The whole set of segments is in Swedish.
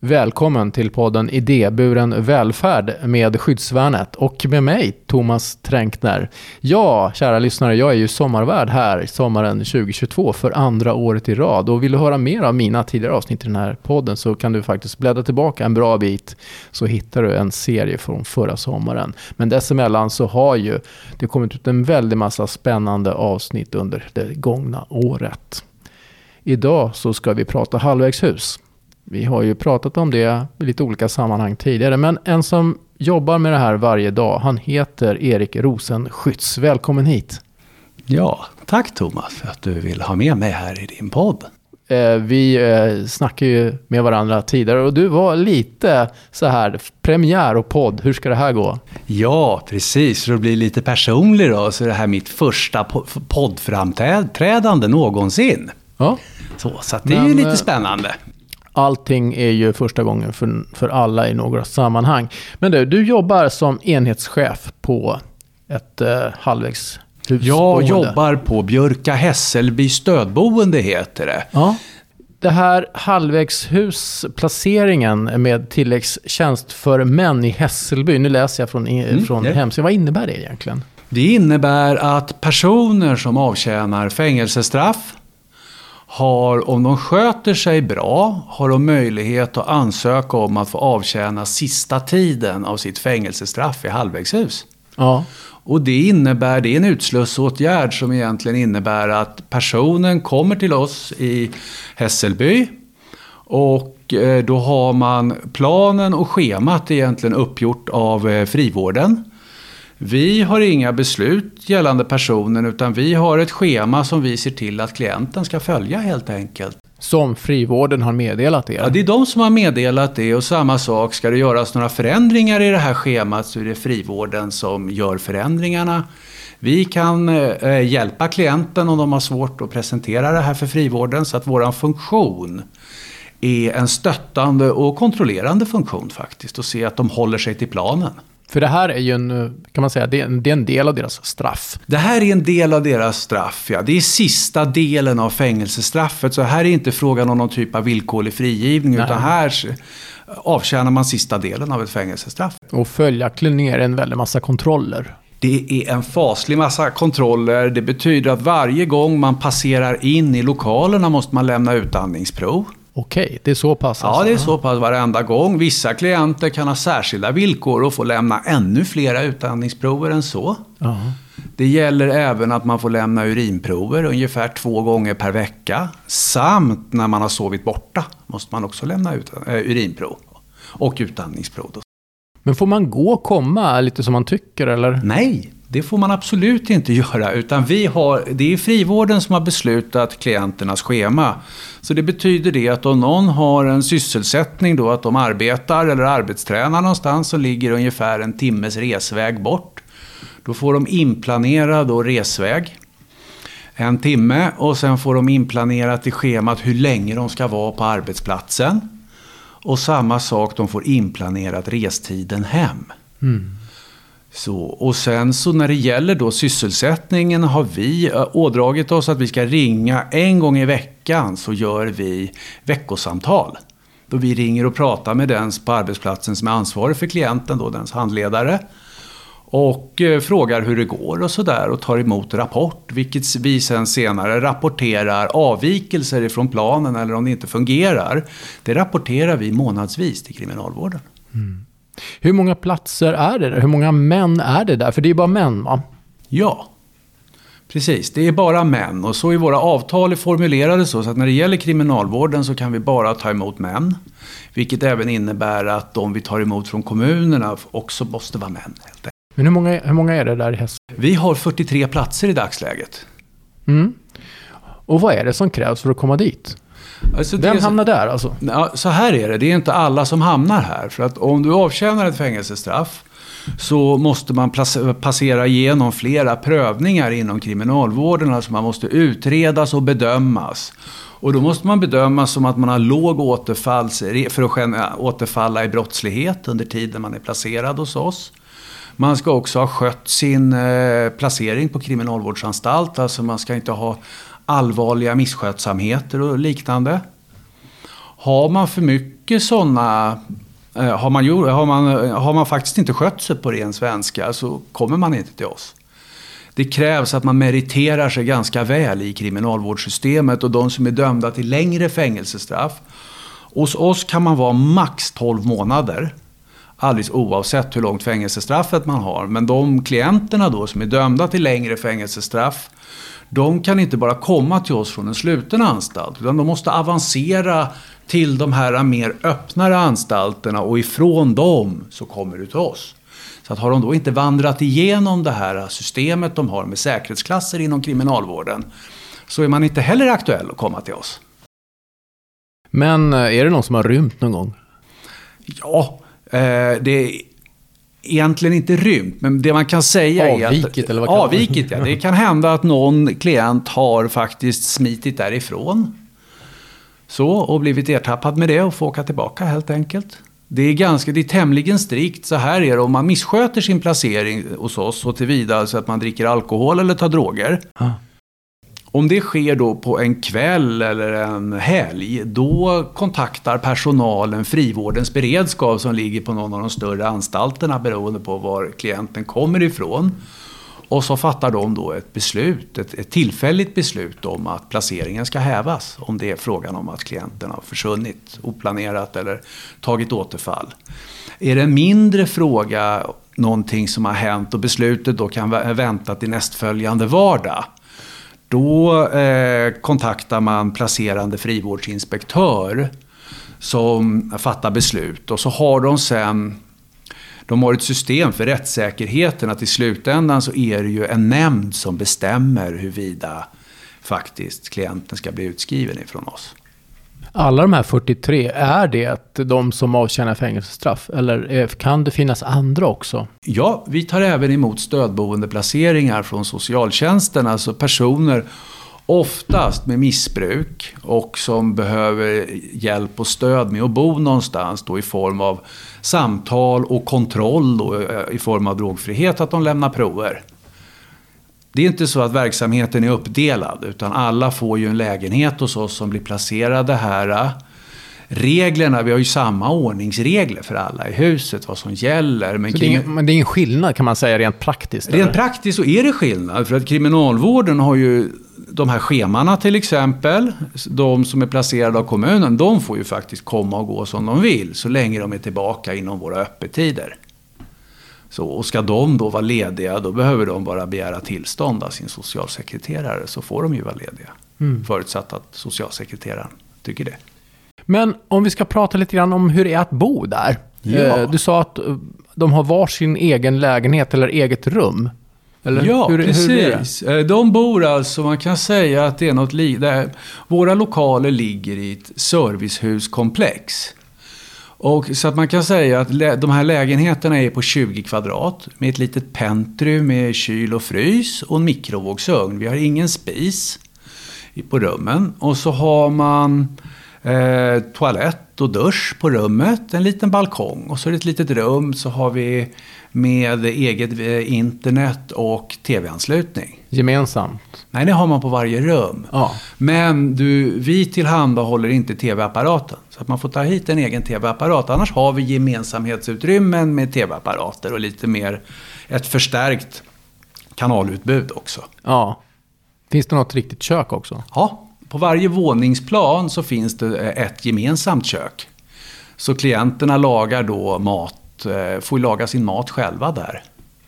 Välkommen till podden Idéburen välfärd med Skyddsvärnet och med mig, Thomas Tränkner. Ja, kära lyssnare, jag är ju sommarvärd här sommaren 2022 för andra året i rad. Och vill du höra mer av mina tidigare avsnitt i den här podden så kan du faktiskt bläddra tillbaka en bra bit så hittar du en serie från förra sommaren. Men dessemellan så har ju det kommit ut en väldig massa spännande avsnitt under det gångna året. Idag så ska vi prata halvvägshus. Vi har ju pratat om det i lite olika sammanhang tidigare, men en som jobbar med det här varje dag, han heter Erik Rosenschütz. Välkommen hit. Ja, tack Thomas för att du vill ha med mig här i din podd. Vi snackar ju med varandra tidigare och du var lite så här, premiär och podd, hur ska det här gå? Ja, precis, för att bli lite personlig då, så är det här mitt första poddframträdande någonsin. Ja. Så att det är ju lite spännande. Allting är ju första gången för alla i några sammanhang. Men du jobbar som enhetschef på ett halvvägshusboende. Jag jobbar på Björka Hässelby stödboende heter det. Ja. Det här halvvägshusplaceringen med tilläggstjänst för män i Hässelby. Nu läser jag från hemsidan. Vad innebär det egentligen? Det innebär att personer som avtjänar fängelsestraff har, om de sköter sig bra, har de möjlighet att ansöka om att få avtjäna sista tiden av sitt fängelsestraff i halvvägshus. Ja. Och det är en utslussåtgärd som egentligen innebär att personen kommer till oss i Hässelby och då har man planen och schemat egentligen uppgjort av frivården. Vi har inga beslut gällande personen utan vi har ett schema som vi ser till att klienten ska följa helt enkelt. Som frivården har meddelat er? Ja, det är de som har meddelat det och samma sak, ska det göras några förändringar i det här schemat så är det frivården som gör förändringarna. Vi kan hjälpa klienten om de har svårt att presentera det här för frivården så att våran funktion är en stöttande och kontrollerande funktion faktiskt och se att de håller sig till planen. För det här är ju kan man säga, det är en del av deras straff. Det här är en del av deras straff, ja. Det är sista delen av fängelsestraffet. Så här är inte frågan om någon typ av villkorlig frigivning. Nej. Utan här avtjänar man sista delen av ett fängelsestraff. Och följaktligen är det en väldig massa kontroller. Det är en faslig massa kontroller. Det betyder att varje gång man passerar in i lokalerna måste man lämna utandningsprov. Okej, det är så pass? Ja, det är så pass varenda gång. Vissa klienter kan ha särskilda villkor och få lämna ännu flera utandningsprover än så. Uh-huh. Det gäller även att man får lämna urinprover ungefär 2 gånger per vecka. Samt när man har sovit borta måste man också lämna urinprov och utandningsprov. Men får man gå och komma lite som man tycker eller? Nej, det får man absolut inte göra utan det är frivården som har beslutat klienternas schema. Så det betyder det att om någon har en sysselsättning då att de arbetar eller arbetstränar någonstans som ligger ungefär en timmes resväg bort. Då får de inplanera då resväg 1 timme och sen får de inplanerat i schemat hur länge de ska vara på arbetsplatsen. Och samma sak, de får inplanerat restiden hem. Mm. Så, och sen så när det gäller då sysselsättningen har vi ådragit oss att vi ska ringa 1 gång i veckan så gör vi veckosamtal. Då vi ringer och pratar med den på arbetsplatsen som är ansvarig för klienten, då dens handledare. Och frågar hur det går och sådär och tar emot rapport. Vilket vi sen senare rapporterar avvikelser ifrån planen eller om det inte fungerar. Det rapporterar vi månadsvis till kriminalvården. Mm. Hur många platser är det där? Hur många män är det där? För det är bara män, va? Ja, precis. Det är bara män. Och så är våra avtal formulerade så att när det gäller kriminalvården så kan vi bara ta emot män. Vilket även innebär att de vi tar emot från kommunerna också måste vara män. Men hur många är det där i Hässelby? Vi har 43 platser i dagsläget. Mm. Och vad är det som krävs för att komma dit? Alltså vem hamnar där alltså? Ja, så här är det. Det är inte alla som hamnar här. För att om du avtjänar ett fängelsestraff så måste man passera igenom flera prövningar inom kriminalvården. Alltså man måste utredas och bedömas. Och då måste man bedömas som att man har låg för att återfalla i brottslighet under tiden man är placerad hos oss. Man ska också ha skött sin placering på kriminalvårdsanstalt. Alltså man ska inte ha allvarliga misskötsamheter och liknande. Har man för mycket mycket sådana, har man faktiskt inte skött sig på ren svenska så kommer man inte till oss. Det krävs att man meriterar sig ganska väl i kriminalvårdssystemet och de som är dömda till längre fängelsestraff. Hos oss kan man vara max 12 månader. Alldeles oavsett hur långt fängelsestraffet man har. Men de klienterna då som är dömda till längre fängelsestraff, de kan inte bara komma till oss från en sluten anstalt. Utan de måste avancera till de här mer öppnare anstalterna och ifrån dem så kommer du till oss. Så att har de då inte vandrat igenom det här systemet de har med säkerhetsklasser inom kriminalvården så är man inte heller aktuell att komma till oss. Men är det någon som har rymt någon gång? Ja, det är egentligen inte rymt, men det man kan säga avvikit, är att... Avvikit, ja. Det kan hända att någon klient har faktiskt smitit därifrån. Och blivit ertappad med det och får åka tillbaka helt enkelt. Det är tämligen strikt. Så här är det om man missköter sin placering hos oss och tillvida så att man dricker alkohol eller tar droger. Om det sker då på en kväll eller en helg, då kontaktar personalen frivårdens beredskap som ligger på någon av de större anstalterna beroende på var klienten kommer ifrån. Och så fattar de då ett beslut, ett tillfälligt beslut om att placeringen ska hävas. Om det är frågan om att klienten har försvunnit oplanerat eller tagit återfall. Är det en mindre fråga, någonting som har hänt och beslutet då kan vänta till nästföljande vardag. Då kontaktar man placerande frivårdsinspektör som fattar beslut. Och så har de har ett system för rättssäkerheten att i slutändan så är det ju en nämnd som bestämmer huruvida faktiskt klienten ska bli utskriven ifrån oss. Alla de här 43, är det de som avtjänar fängelsestraff? Eller kan det finnas andra också? Ja, vi tar även emot stödboendeplaceringar från socialtjänsten. Alltså personer oftast med missbruk och som behöver hjälp och stöd med att bo någonstans då i form av samtal och kontroll då, i form av drogfrihet, att de lämnar prover. Det är inte så att verksamheten är uppdelad utan alla får ju en lägenhet hos oss som blir placerade här. Reglerna, vi har ju samma ordningsregler för alla i huset, vad som gäller. Men det är ingen skillnad kan man säga rent praktiskt? Rent praktiskt så är det skillnad för att kriminalvården har ju de här schemarna till exempel. De som är placerade av kommunen, de får ju faktiskt komma och gå som de vill så länge de är tillbaka inom våra öppettider. Och ska de då vara lediga, då behöver de bara begära tillstånd av sin socialsekreterare så får de ju vara lediga. Förutsatt att socialsekreteraren tycker det. Men om vi ska prata lite grann om hur det är att bo där. Ja. Du sa att de har varsin egen lägenhet eller eget rum. Eller? Ja, precis. Hur är det? De bor alltså, man kan säga att det är något våra lokaler ligger i ett servicehuskomplex. Och så att man kan säga att de här lägenheterna är på 20 kvadrat med ett litet pentry med kyl och frys och en mikrovågsugn. Vi har ingen spis på rummen. Och så har man toalett och dusch på rummet, en liten balkong. Och så är det ett litet rum så har vi med eget internet och tv-anslutning. Gemensamt? Nej, det har man på varje rum. Ja. Men vi tillhandahåller inte tv-apparaten. Så att man får ta hit en egen tv-apparat. Annars har vi gemensamhetsutrymmen med tv-apparater och lite mer ett förstärkt kanalutbud också. Ja. Finns det något riktigt kök också? Ja, på varje våningsplan så finns det ett gemensamt kök. Så klienterna lagar då får laga sin mat själva där.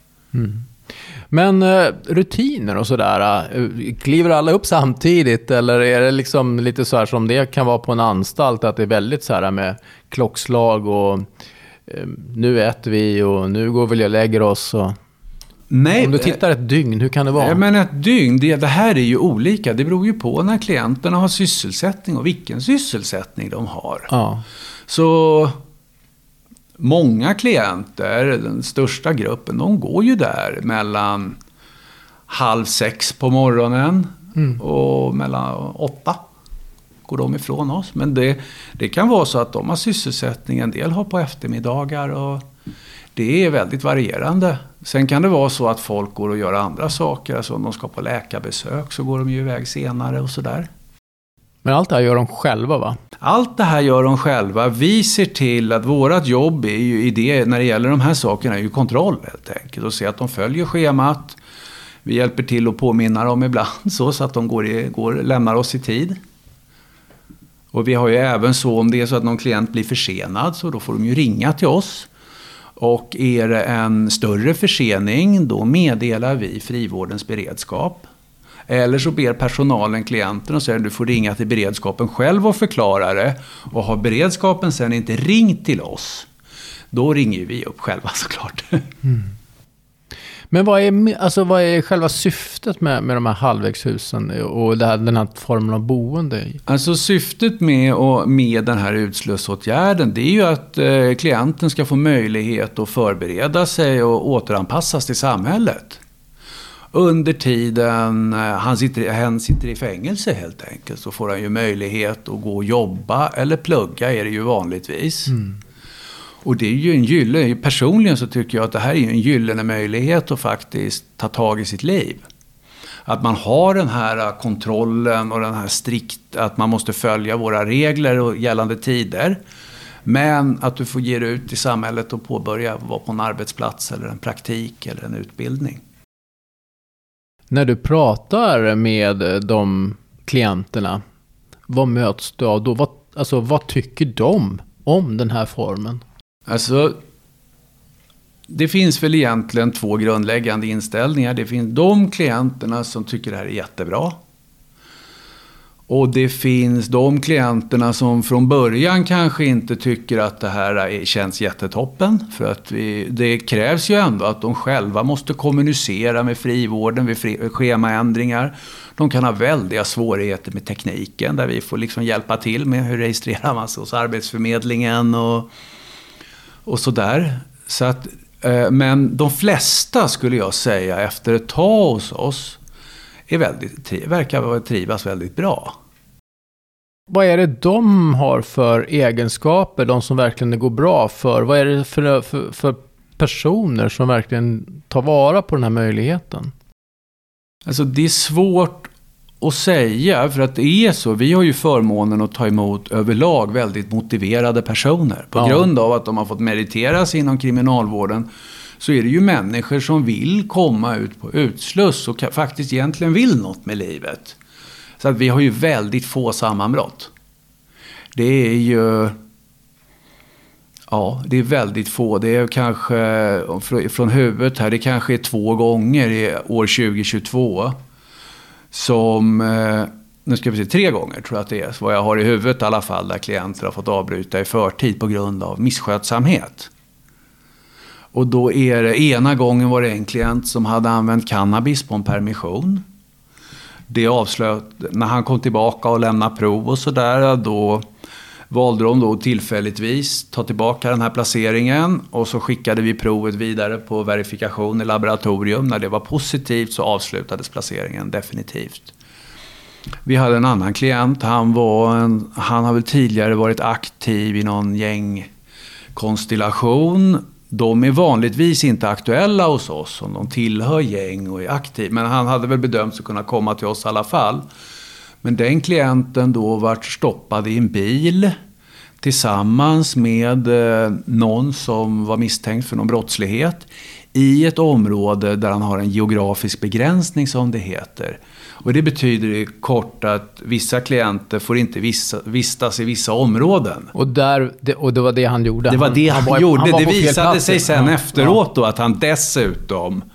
Men rutiner och sådär, kliver alla upp samtidigt eller är det liksom lite så här som det kan vara på en anstalt att det är väldigt så här med klockslag och nu äter vi och nu går vi och lägger oss och... Nej, om du tittar ett dygn, hur kan det vara? Men ett dygn, det här är ju olika. Det beror ju på när klienterna har sysselsättning och vilken sysselsättning de har. Ja. Så många klienter, den största gruppen, de går ju där mellan 5:30 på morgonen och mellan 8 går de ifrån oss. Men det kan vara så att de har sysselsättning, en del har på eftermiddagar och det är väldigt varierande. Sen kan det vara så att folk går och gör andra saker. Alltså om de ska på läkarbesök så går de ju iväg senare och sådär. Men allt det här gör de själva, va? Allt det här gör de själva. Vi ser till att vårat jobb är ju i det, när det gäller de här sakerna, är ju kontroll helt enkelt. Och se att de följer schemat. Vi hjälper till att påminna dem ibland så att de lämnar oss i tid. Och vi har ju även så, om det är så att någon klient blir försenad, så då får de ju ringa till oss. Och är det en större försening, då meddelar vi frivårdens beredskap. Eller så ber personalen klienten och säger du får ringa till beredskapen själv och förklara det. Och har beredskapen sen inte ringt till oss, då ringer vi upp själva såklart. Mm. Men vad är själva syftet med de här halvvägshusen och den här formen av boende? Alltså syftet med den här utslussåtgärden, det är ju att klienten ska få möjlighet att förbereda sig och återanpassas till samhället. Under tiden han sitter i fängelse helt enkelt, så får han ju möjlighet att gå och jobba eller plugga, är det ju vanligtvis. Mm. Och det är ju en gyllene, personligen så tycker jag att det här är en gyllene möjlighet att faktiskt ta tag i sitt liv. Att man har den här kontrollen och den här att man måste följa våra regler och gällande tider. Men att du får ge dig ut i samhället och påbörja vara på en arbetsplats eller en praktik eller en utbildning. När du pratar med de klienterna, vad möts du av då? Vad tycker de om den här formen? Alltså, det finns väl egentligen två grundläggande inställningar. Det finns de klienterna som tycker det här är jättebra. Och det finns de klienterna som från början kanske inte tycker att det här känns jättetoppen. För att det krävs ju ändå att de själva måste kommunicera med frivården vid schemaändringar. De kan ha väldiga svårigheter med tekniken, där vi får liksom hjälpa till med hur registrerar man sig hos Arbetsförmedlingen och sådär. Så att, men de flesta, skulle jag säga, efter ett tag hos oss verkar trivas väldigt bra. Vad är det de har för egenskaper, de som verkligen det går bra för? Vad är det för personer som verkligen tar vara på den här möjligheten? Alltså det är svårt att säga, för att det är så. Vi har ju förmånen att ta emot överlag väldigt motiverade personer. På grund av att de har fått meriteras inom kriminalvården, så är det ju människor som vill komma ut på utsluss och faktiskt egentligen vill något med livet. Så att vi har ju väldigt få sammanbrott. Det är ju... Ja, det är väldigt få. Det är kanske, från huvudet här, det kanske är 2 gånger i år 2022 som... Nu ska vi se, 3 gånger tror jag att det är. Vad jag har i huvudet i alla fall, där klienter har fått avbryta i förtid på grund av misskötsamhet. Och då är det, ena gången var det en klient som hade använt cannabis på en permission. Det avslöt, när han kom tillbaka och lämnade prov och sådär, då valde de då tillfälligtvis ta tillbaka den här placeringen. Och så skickade vi provet vidare på verifikation i laboratorium. När det var positivt så avslutades placeringen definitivt. Vi hade en annan klient, han har väl tidigare varit aktiv i någon gängkonstellation. De är vanligtvis inte aktuella hos oss om de tillhör gäng och är aktiv. Men han hade väl bedömt att kunna komma till oss i alla fall. Men den klienten då vart stoppad i en bil tillsammans med någon som var misstänkt för någon brottslighet i ett område där han har en geografisk begränsning, som det heter. Och det betyder i kort att vissa klienter får inte vistas i vissa områden. Och det var det han gjorde? Det var det han gjorde. Det visade sig sen efteråt då att han dessutom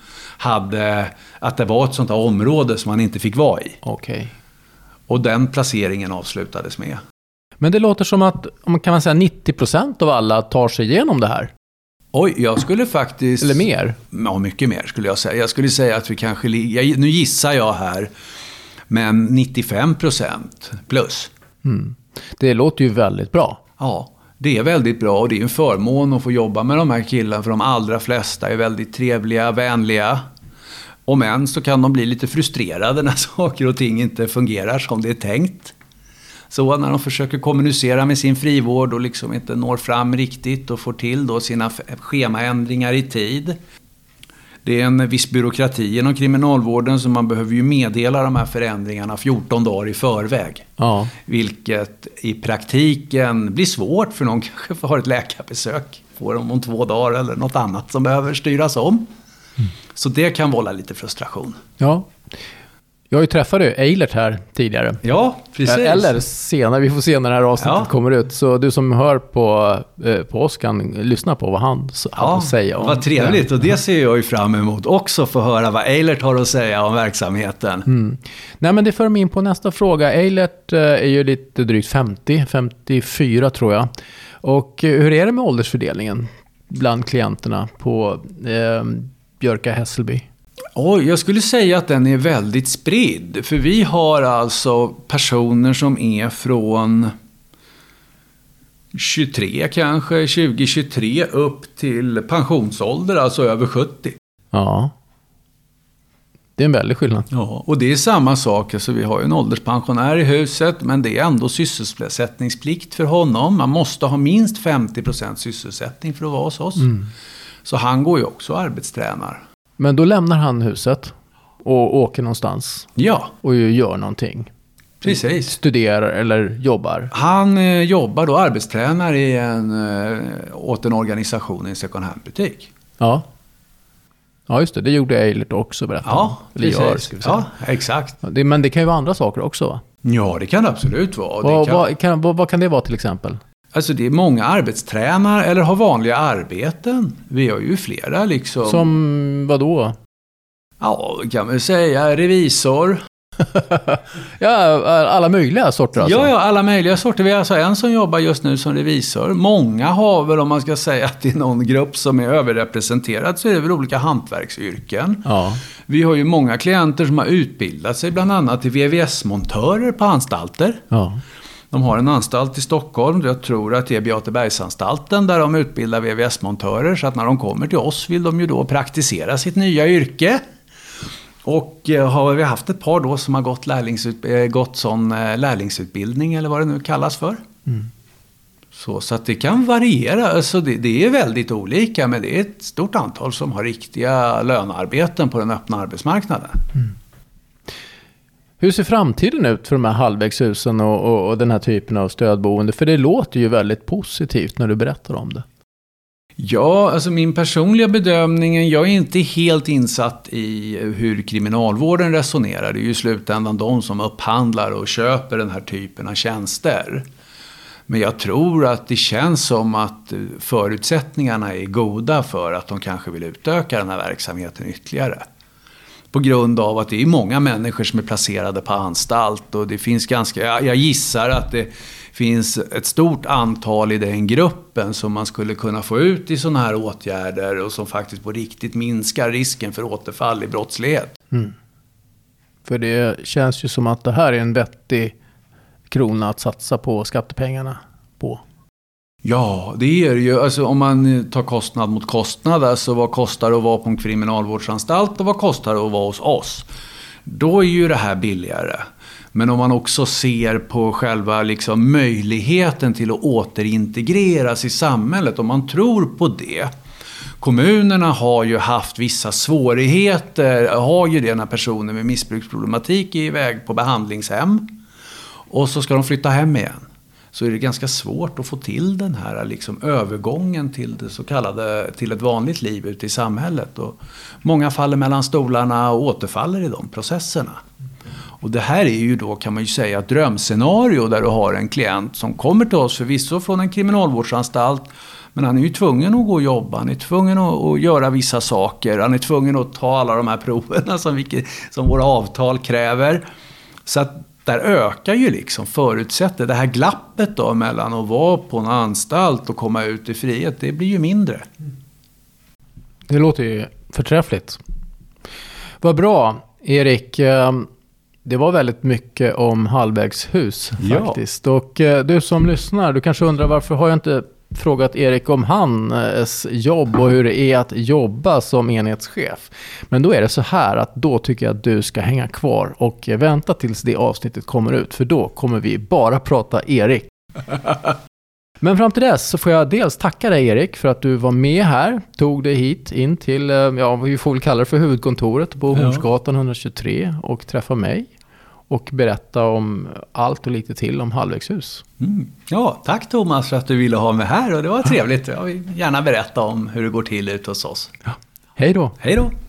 att det var ett sånt här område som han inte fick vara i. Okej. Och den placeringen avslutades med. Men det låter som att, kan man säga, 90% av alla tar sig igenom det här. Oj, jag skulle faktiskt... Eller mer? Ja, mycket mer skulle jag säga. Jag skulle säga att vi kanske... Nu gissar jag här, men 95% plus. Mm. Det låter ju väldigt bra. Ja, det är väldigt bra och det är en förmån att få jobba med de här killarna, för de allra flesta är väldigt trevliga, vänliga. Om än så kan de bli lite frustrerade när saker och ting inte fungerar som det är tänkt. Så när de försöker kommunicera med sin frivård och liksom inte når fram riktigt och får till då sina schemaändringar i tid. Det är en viss byråkrati inom kriminalvården, så man behöver ju meddela de här förändringarna 14 dagar i förväg. Ja. Vilket i praktiken blir svårt, för någon kanske får ha ett läkarbesök. Får de om 2 dagar eller något annat som behöver styras om. Så det kan vålla lite frustration. Ja. Jag har ju träffat Eilert här tidigare. Ja, precis. Eller senare, vi får se när det här avsnittet kommer ut. Så du som hör på oss kan lyssna på vad han har att säga om vad trevligt. Och det ser jag ju fram emot också, för att höra vad Eilert har att säga om verksamheten. Nej, men det för mig in på nästa fråga. Eilert är ju lite drygt 54 tror jag. Och hur är det med åldersfördelningen bland klienterna på Björka-Hässelby? Jag skulle säga att den är väldigt spridd. För vi har alltså personer som är från 23 kanske, 20-23 upp till pensionsålder, alltså över 70. Ja. Det är en väldig skillnad. Ja, och det är samma sak. Alltså, vi har ju en ålderspensionär i huset, men det är ändå sysselsättningsplikt för honom. Man måste ha minst 50% sysselsättning för att vara hos oss. Så han går ju också och arbetstränar. Men då lämnar han huset och åker någonstans. Ja. Och gör någonting. Precis. Studerar eller jobbar. Han jobbar då, arbetstränar åt en organisation i en second hand-butik. Ja. Ja, just det. Det gjorde Eilert också, berättade. Ja, precis. Eller gör, ska vi säga. Ja, exakt. Men det kan ju vara andra saker också, va? Ja, det kan det absolut vara. Vad kan det vara till exempel? Alltså det är många arbetstränar eller har vanliga arbeten. Vi har ju flera liksom. Som vad då? Ja, kan man säga revisor. Ja, alla möjliga sorter alltså. Ja, alla möjliga sorter. Vi har alltså en som jobbar just nu som revisor. Många har väl, om man ska säga att det är någon grupp som är överrepresenterad, så är det väl olika hantverksyrken. Ja. Vi har ju många klienter som har utbildat sig bland annat till VVS-montörer på anstalter. Ja. De har en anstalt i Stockholm, jag tror att det är Beatebergsanstalten, där de utbildar VVS-montörer. Så att när de kommer till oss vill de ju då praktisera sitt nya yrke. Och har vi haft ett par då som har gått sån lärlingsutbildning eller vad det nu kallas för. Så att det kan variera, alltså det är väldigt olika, men det är ett stort antal som har riktiga lönearbeten på den öppna arbetsmarknaden. Hur ser framtiden ut för de här halvvägshusen och den här typen av stödboende? För det låter ju väldigt positivt när du berättar om det. Ja, alltså min personliga bedömning, jag är inte helt insatt i hur kriminalvården resonerar. Det är ju i slutändan de som upphandlar och köper den här typen av tjänster. Men jag tror att det känns som att förutsättningarna är goda för att de kanske vill utöka den här verksamheten ytterligare. På grund av att det är många människor som är placerade på anstalt, och det finns jag gissar att det finns ett stort antal i den gruppen som man skulle kunna få ut i sådana här åtgärder och som faktiskt på riktigt minskar risken för återfall i brottslighet. För det känns ju som att det här är en vettig krona att satsa på skattepengarna på. Ja, det är ju, alltså om man tar kostnad mot kostnad, alltså vad kostar det att vara på en kriminalvårdsanstalt och vad kostar det att vara hos oss? Då är ju det här billigare. Men om man också ser på själva liksom möjligheten till att återintegreras i samhället, om man tror på det. Kommunerna har ju haft vissa svårigheter, har ju det när personer med missbruksproblematik är iväg på behandlingshem. Och så ska de flytta hem igen. Så är det ganska svårt att få till den här liksom övergången till det så kallade, till ett vanligt liv ute i samhället. Och många faller mellan stolarna och återfaller i de processerna. Och det här är ju då, kan man ju säga, ett drömscenario där du har en klient som kommer till oss förvisso från en kriminalvårdsanstalt, men han är ju tvungen att gå och jobba, han är tvungen att göra vissa saker, han är tvungen att ta alla de här proverna som våra avtal kräver. Så att där ökar ju liksom förutsätter det här glappet då mellan att vara på en anstalt och komma ut i frihet, det blir ju mindre. Det låter ju förträffligt. Vad bra, Erik. Det var väldigt mycket om halvvägshus faktiskt. Ja. Och du som lyssnar, du kanske undrar varför har jag inte frågat Erik om hans jobb och hur det är att jobba som enhetschef. Men då är det så här att då tycker jag att du ska hänga kvar och vänta tills det avsnittet kommer ut. För då kommer vi bara prata Erik. Men fram till dess så får jag dels tacka dig Erik för att du var med här. Tog dig hit in till, vi får väl kalla det för huvudkontoret på Hornsgatan 123 och träffa mig. Och berätta om allt och lite till om halvvägshus. Ja, tack Thomas för att du ville ha mig här och det var trevligt. Jag vill gärna berätta om hur det går till ute hos oss. Ja. Hej då! Hej då!